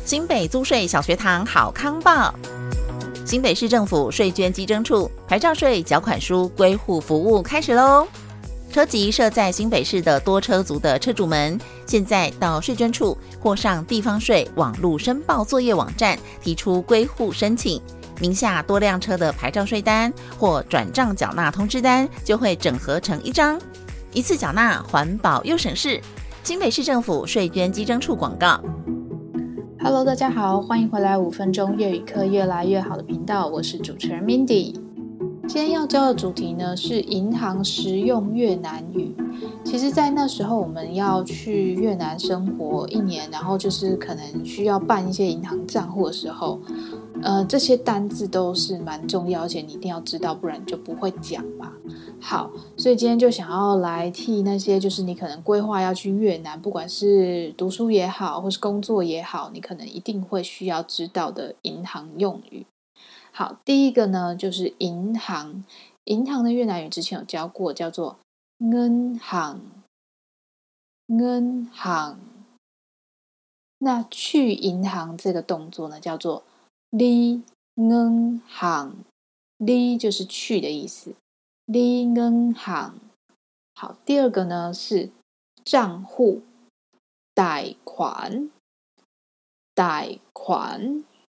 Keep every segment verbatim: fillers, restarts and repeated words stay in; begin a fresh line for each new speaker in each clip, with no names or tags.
新北租税小学堂好康报，新北市政府税捐稽征处牌照税缴款书归户服务开始喽！车籍设在新北市的多车族的车主们，现在到税捐处或上地方税网路申报作业网站提出归户申请，名下多辆车的牌照税单或转账缴纳通知单就会整合成一张，一次缴纳，环保又省事。新北市政府税捐稽征处广告。
Hello， 大家好，欢迎回来五分钟粤语课越来越好的频道，我是主持人 Mindy。今天要教的主题呢是银行实用越南语。其实在那时候我们要去越南生活一年，然后就是可能需要办一些银行账户的时候，呃，这些单字都是蛮重要，而且你一定要知道，不然你就不会讲嘛。好，所以今天就想要来替那些就是你可能规划要去越南，不管是读书也好，或是工作也好，你可能一定会需要知道的银行用语。好，第一个呢就是银行，银行的越南语之前有教过，叫做ngân hàng，ngân hàng。那去银行这个动作呢叫做đi ngân hàng，đi 就是去的意思。đi ngân hàng。好，第二个呢是账户，贷款，贷款，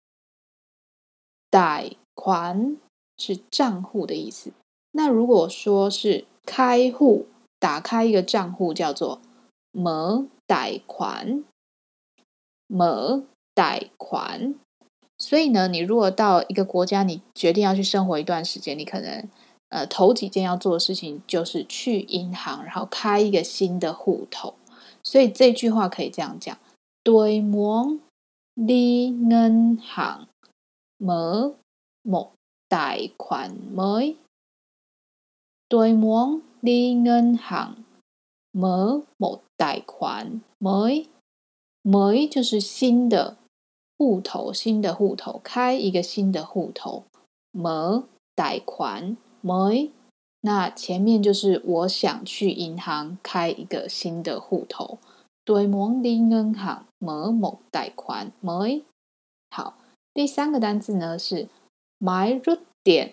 贷款是账户的意思。那如果说是开户，打开一个账户叫做mở tài khoản，mở tài khoản。所以呢，你如果到一个国家，你决定要去生活一段时间，你可能呃头几件要做的事情就是去银行，然后开一个新的户头。所以这句话可以这样讲：Tôi muốn đi ngân hàng mở một tài khoản mới. Tôi muốn đi ngân hàng mở một tài khoản mới. mới 就是新的户头，新的户头，开一个新的户头。mở tài khoản mới， 那前面就是我想去银行开一个新的户头。Tôi muốn đi ngân hàng mở một tài khoản mới。 好，第三个单字呢是买rút tiền，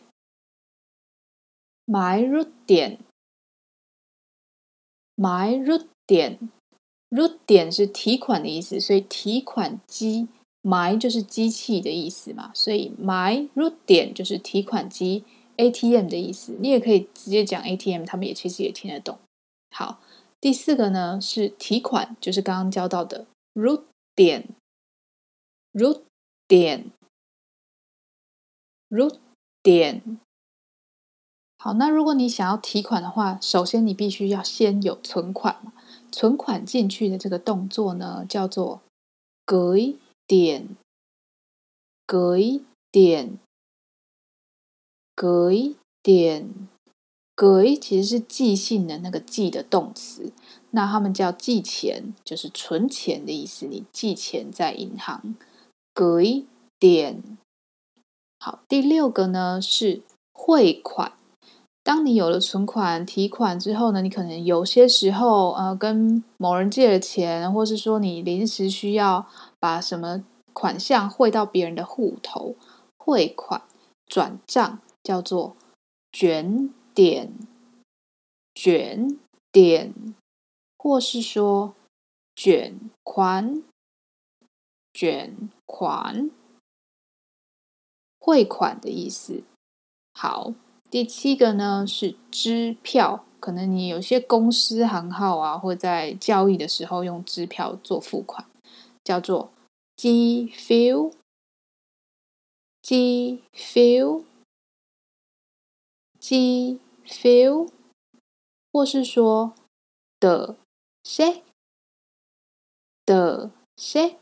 买rút tiền，买rút tiền。rút tiền 是提款的意思，所以提款机，买就是机器的意思嘛，所以买rút tiền就是提款机 A T M 的意思。你也可以直接讲 A T M， 他们也其实也听得懂。好，第四个呢是提款，就是刚刚教到的 rút tiền，rút tiền，rút tiền。好，那如果你想要提款的话，首先你必须要先有存款嘛。存款进去的这个动作呢，叫做 gửi tiền，gửi tiền，gửi tiền。gửi 其实是寄信的那个寄的动词，那他们叫寄钱，就是存钱的意思，你寄钱在银行。gửi tiền。好，第六个呢是汇款。当你有了存款、提款之后呢，你可能有些时候呃跟某人借了钱，或是说你临时需要把什么款项汇到别人的户头，汇款、转账叫做卷点、卷点，或是说卷款、卷款，汇款的意思。好。第七个呢是支票，可能你有些公司行号啊，或在交易的时候用支票做付款，叫做chi phiếu，chi phiếu，chi phiếu， 或是说的 xe， 的 xe，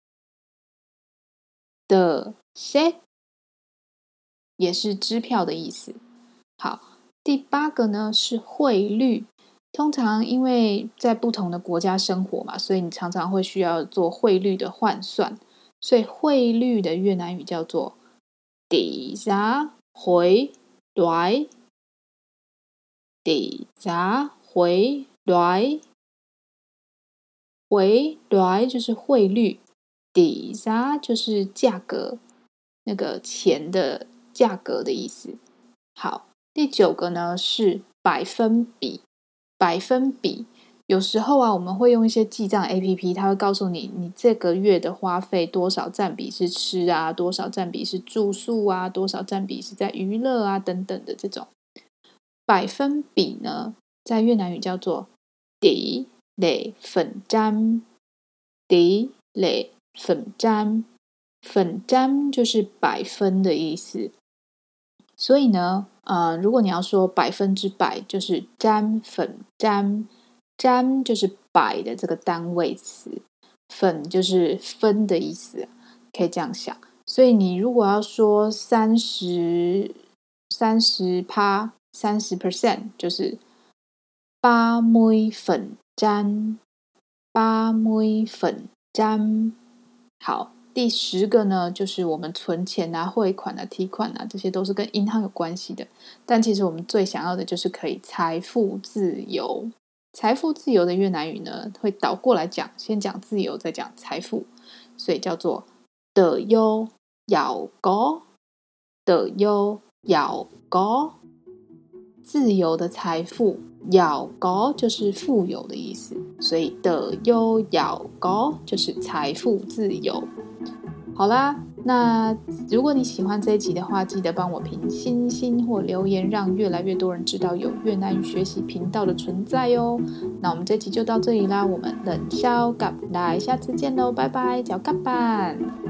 的 xe， 也是支票的意思。好，第八个呢是汇率。通常因为在不同的国家生活嘛，所以你常常会需要做汇率的换算，所以汇率的越南语叫做 tỷ giá hối đoái，tỷ giá hối đoái， hối đoái 就是汇率， 底giá就是价格，那个钱的价格的意思。好，第九个呢是百分比。百分比有时候啊，我们会用一些记账 A P P， 它会告诉你你这个月的花费多少占比是吃啊，多少占比是住宿啊，多少占比是在娱乐啊等等的这种。百分比呢，在越南语叫做tỷ lệ phần trăm，tỷ lệ phần trăm，phần trăm就是百分的意思。所以呢，呃，如果你要说百分之百，就是占粉占，占就是百的这个单位词，粉就是分的意思，可以这样想。所以你如果要说三十三十趴，三十 percent 就是八mươi phần trăm，八mươi phần trăm。好。第十个呢，就是我们存钱啊、汇款啊、提款啊，这些都是跟银行有关系的。但其实我们最想要的就是可以财富自由。财富自由的越南语呢，会倒过来讲，先讲自由，再讲财富，所以叫做tự do giàu có，tự do giàu có，自由的财富。giàu có就是富有的意思，所以tự do giàu có就是财富自由。好啦，那如果你喜欢这一集的话，记得帮我评星星或留言，让越来越多人知道有越南语学习频道的存在哦。那我们这集就到这里啦，我们冷笑gặp lại，下次见喽，拜拜，chào các bạn。